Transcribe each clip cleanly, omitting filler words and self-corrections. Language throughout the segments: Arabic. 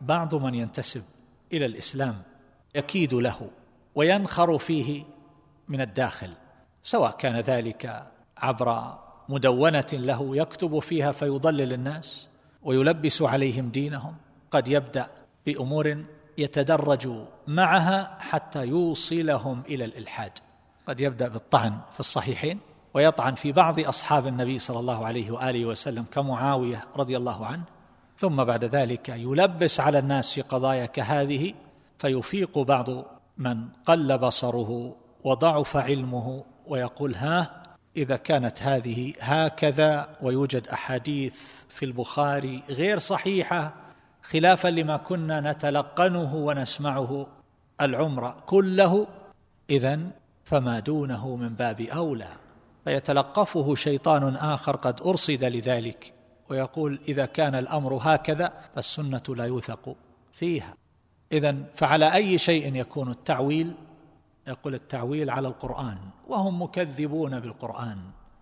بعض من ينتسب إلى الإسلام يكيد له وينخر فيه من الداخل، سواء كان ذلك عبر مدونة له يكتب فيها فيضلل الناس ويلبس عليهم دينهم، قد يبدأ بأمور يتدرج معها حتى يوصلهم إلى الإلحاد. قد يبدأ بالطعن في الصحيحين ويطعن في بعض أصحاب النبي صلى الله عليه وآله وسلم كمعاوية رضي الله عنه، ثم بعد ذلك يلبس على الناس في قضايا كهذه، فيفيق بعض من قل بصره وضعف علمه ويقول: إذا كانت هذه هكذا ويوجد أحاديث في البخاري غير صحيحة خلافا لما كنا نتلقنه ونسمعه العمر كله، إذن فما دونه من باب أولى. فيتلقفه شيطان آخر قد أرصد لذلك ويقول: إذا كان الأمر هكذا فالسنة لا يوثق فيها. إذن فعلى أي شيء يكون التعويل؟ يقول التعويل على القرآن، وهم مكذبون بالقرآن،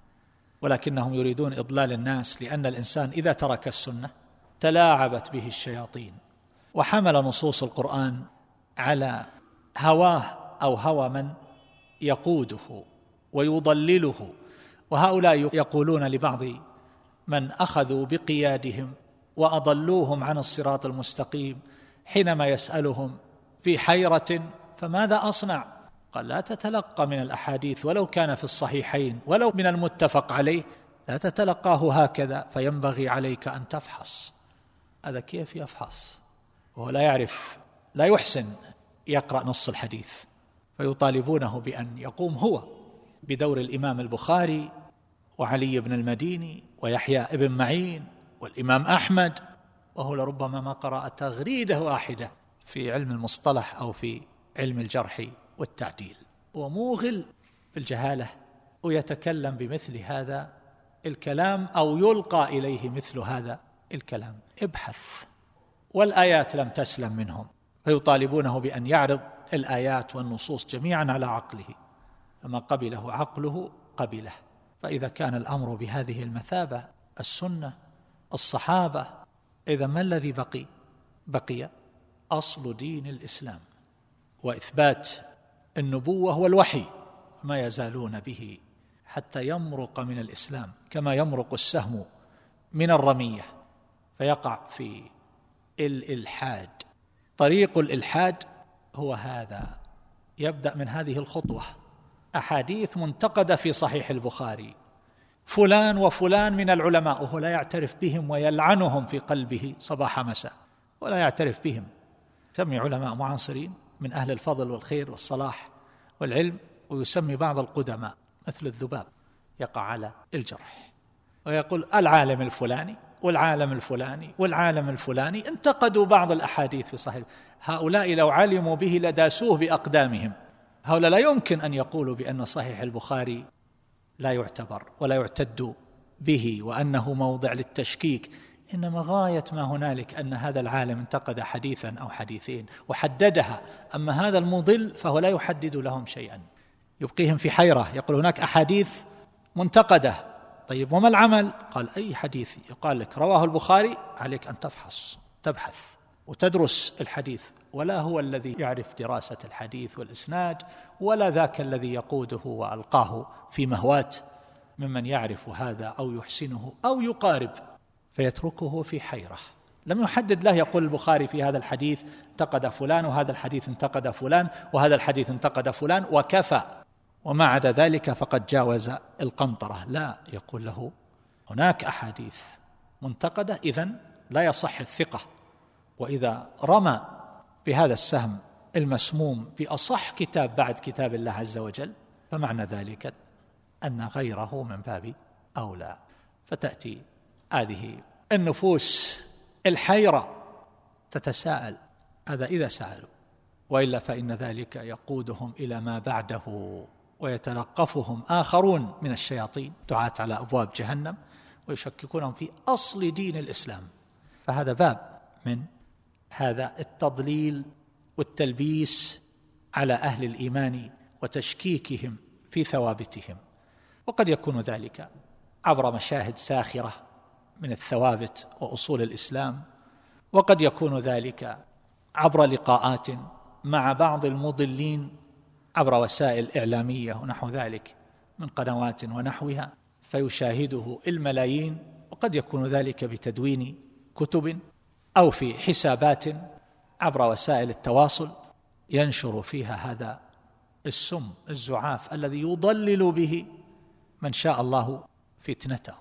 ولكنهم يريدون إضلال الناس، لأن الإنسان إذا ترك السنة تلاعبت به الشياطين وحمل نصوص القرآن على هواه أو هوى من يقوده ويضلله. وهؤلاء يقولون لبعض من أخذوا بقيادهم وأضلوهم عن الصراط المستقيم حينما يسألهم في حيرة: فماذا أصنع؟ قال: لا تتلقى من الأحاديث ولو كان في الصحيحين ولو من المتفق عليه، لا تتلقاه هكذا، فينبغي عليك أن تفحص. هذا كيف يفحص وهو لا يعرف، لا يحسن يقرأ نص الحديث؟ فيطالبونه بأن يقوم هو بدور الإمام البخاري وعلي بن المديني ويحيى ابن معين والإمام أحمد، وهو لربما ما قرأ تغريدة واحدة في علم المصطلح أو في علم الجرح والتعديل، وموغل في الجهالة ويتكلم بمثل هذا الكلام أو يلقى إليه مثل هذا الكلام. ابحث، والآيات لم تسلم منهم، فيطالبونه بأن يعرض الآيات والنصوص جميعا على عقله، فما قبله عقله قبله. فإذا كان الأمر بهذه المثابة، السنة، الصحابة، إذا ما الذي بقي أصل دين الإسلام وإثبات النبوة والوحي، ما يزالون به حتى يمرق من الإسلام كما يمرق السهم من الرمية فيقع في الإلحاد. طريق الإلحاد هو هذا، يبدأ من هذه الخطوة: أحاديث منتقدة في صحيح البخاري، فلان وفلان من العلماء وهو لا يعترف بهم ويلعنهم في قلبه صباح مساء ولا يعترف بهم، يسمي علماء معاصرين من أهل الفضل والخير والصلاح والعلم، ويسمي بعض القدماء مثل الذباب يقع على الجرح، ويقول العالم الفلاني والعالم الفلاني والعالم الفلاني انتقدوا بعض الأحاديث في صحيح. هؤلاء لو علموا به لداسوه بأقدامهم. هؤلاء لا يمكن أن يقولوا بأن صحيح البخاري لا يعتبر ولا يعتد به وأنه موضع للتشكيك، إنما غاية ما هنالك أن هذا العالم انتقد حديثا أو حديثين وحددها، أما هذا المضل فهو لا يحدد لهم شيئا، يبقيهم في حيرة. يقول هناك أحاديث منتقدة، طيب وما العمل؟ قال أي حديث يقال لك رواه البخاري عليك أن تبحث وتدرس الحديث، ولا هو الذي يعرف دراسة الحديث والإسناد، ولا ذاك الذي يقوده وألقاه في مهوات ممن يعرف هذا أو يحسنه أو يقارب، فيتركه في حيرة. لم يحدد له، يقول البخاري في هذا الحديث انتقد فلان، وهذا الحديث انتقد فلان، وهذا الحديث انتقد فلان، وكفى، وما عدا ذلك فقد جاوز القنطرة. لا، يقول له هناك أحاديث منتقدة، إذن لا يصح الثقة. وإذا رمى بهذا السهم المسموم بأصح كتاب بعد كتاب الله عز وجل، فمعنى ذلك أن غيره من باب أولى. فتأتي هذه النفوس الحيرة تتساءل، هذا إذا سألوا، وإلا فإن ذلك يقودهم إلى ما بعده، ويتلقفهم آخرون من الشياطين دعاة على أبواب جهنم ويشككونهم في أصل دين الإسلام. فهذا باب من هذا التضليل والتلبيس على أهل الإيمان وتشكيكهم في ثوابتهم. وقد يكون ذلك عبر مشاهد ساخرة من الثوابت وأصول الإسلام، وقد يكون ذلك عبر لقاءات مع بعض المضلين عبر وسائل إعلامية ونحو ذلك من قنوات ونحوها، فيشاهده الملايين. وقد يكون ذلك بتدوين كتب أو في حسابات عبر وسائل التواصل ينشر فيها هذا السم الزعاف الذي يضلل به من شاء الله فتنته،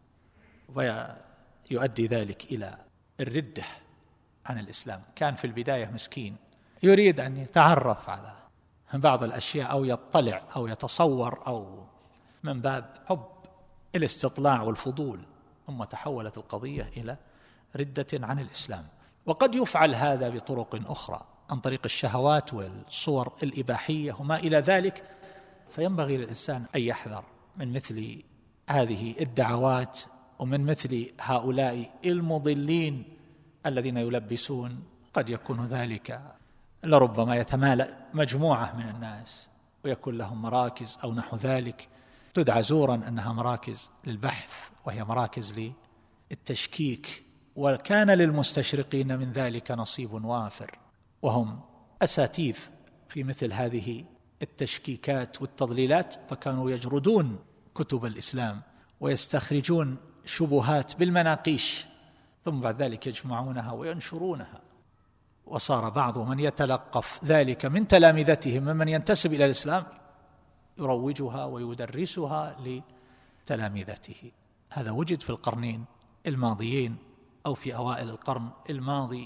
ويؤدي ذلك إلى الردة عن الإسلام. كان في البداية مسكين يريد أن يتعرف على بعض الأشياء أو يطلع أو يتصور أو من باب حب الاستطلاع والفضول، ثم تحولت القضية إلى ردة عن الإسلام. وقد يفعل هذا بطرق أخرى عن طريق الشهوات والصور الإباحية وما إلى ذلك، فينبغي للإنسان أن يحذر من مثل هذه الدعوات ومن مثل هؤلاء المضلين الذين يلبسون. قد يكون ذلك لربما يتمالأ مجموعة من الناس ويكون لهم مراكز أو نحو ذلك تدعى زورا أنها مراكز للبحث، وهي مراكز للتشكيك، وكان للمستشرقين من ذلك نصيب وافر، وهم أساتيذ في مثل هذه التشكيكات والتضليلات، فكانوا يجردون كتب الإسلام ويستخرجون شبهات بالمناقيش، ثم بعد ذلك يجمعونها وينشرونها. وصار بعض من يتلقف ذلك من تلامذتهم ممن ينتسب إلى الإسلام يروجها ويدرسها لتلامذته. هذا وجد في القرنين الماضيين أو في أوائل القرن الماضي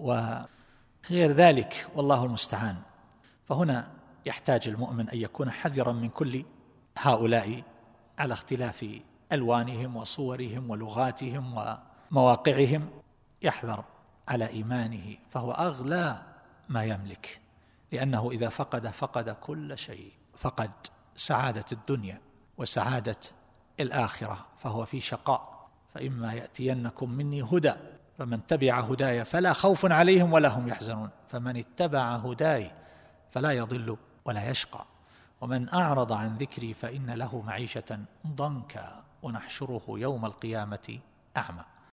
وغير ذلك، والله المستعان. فهنا يحتاج المؤمن أن يكون حذرا من كل هؤلاء على اختلاف ألوانهم وصورهم ولغاتهم ومواقعهم، يحذر على إيمانه، فهو أغلى ما يملك، لأنه إذا فقد كل شيء، فقد سعادة الدنيا وسعادة الآخرة، فهو في شقاء. فإما يأتينكم مني هدى فمن تبع هداي فلا خوف عليهم ولا هم يحزنون، فمن اتبع هداي فلا يضل ولا يشقى، ومن أعرض عن ذكري فإن له معيشة ضنكا ونحشره يوم القيامة أعمى.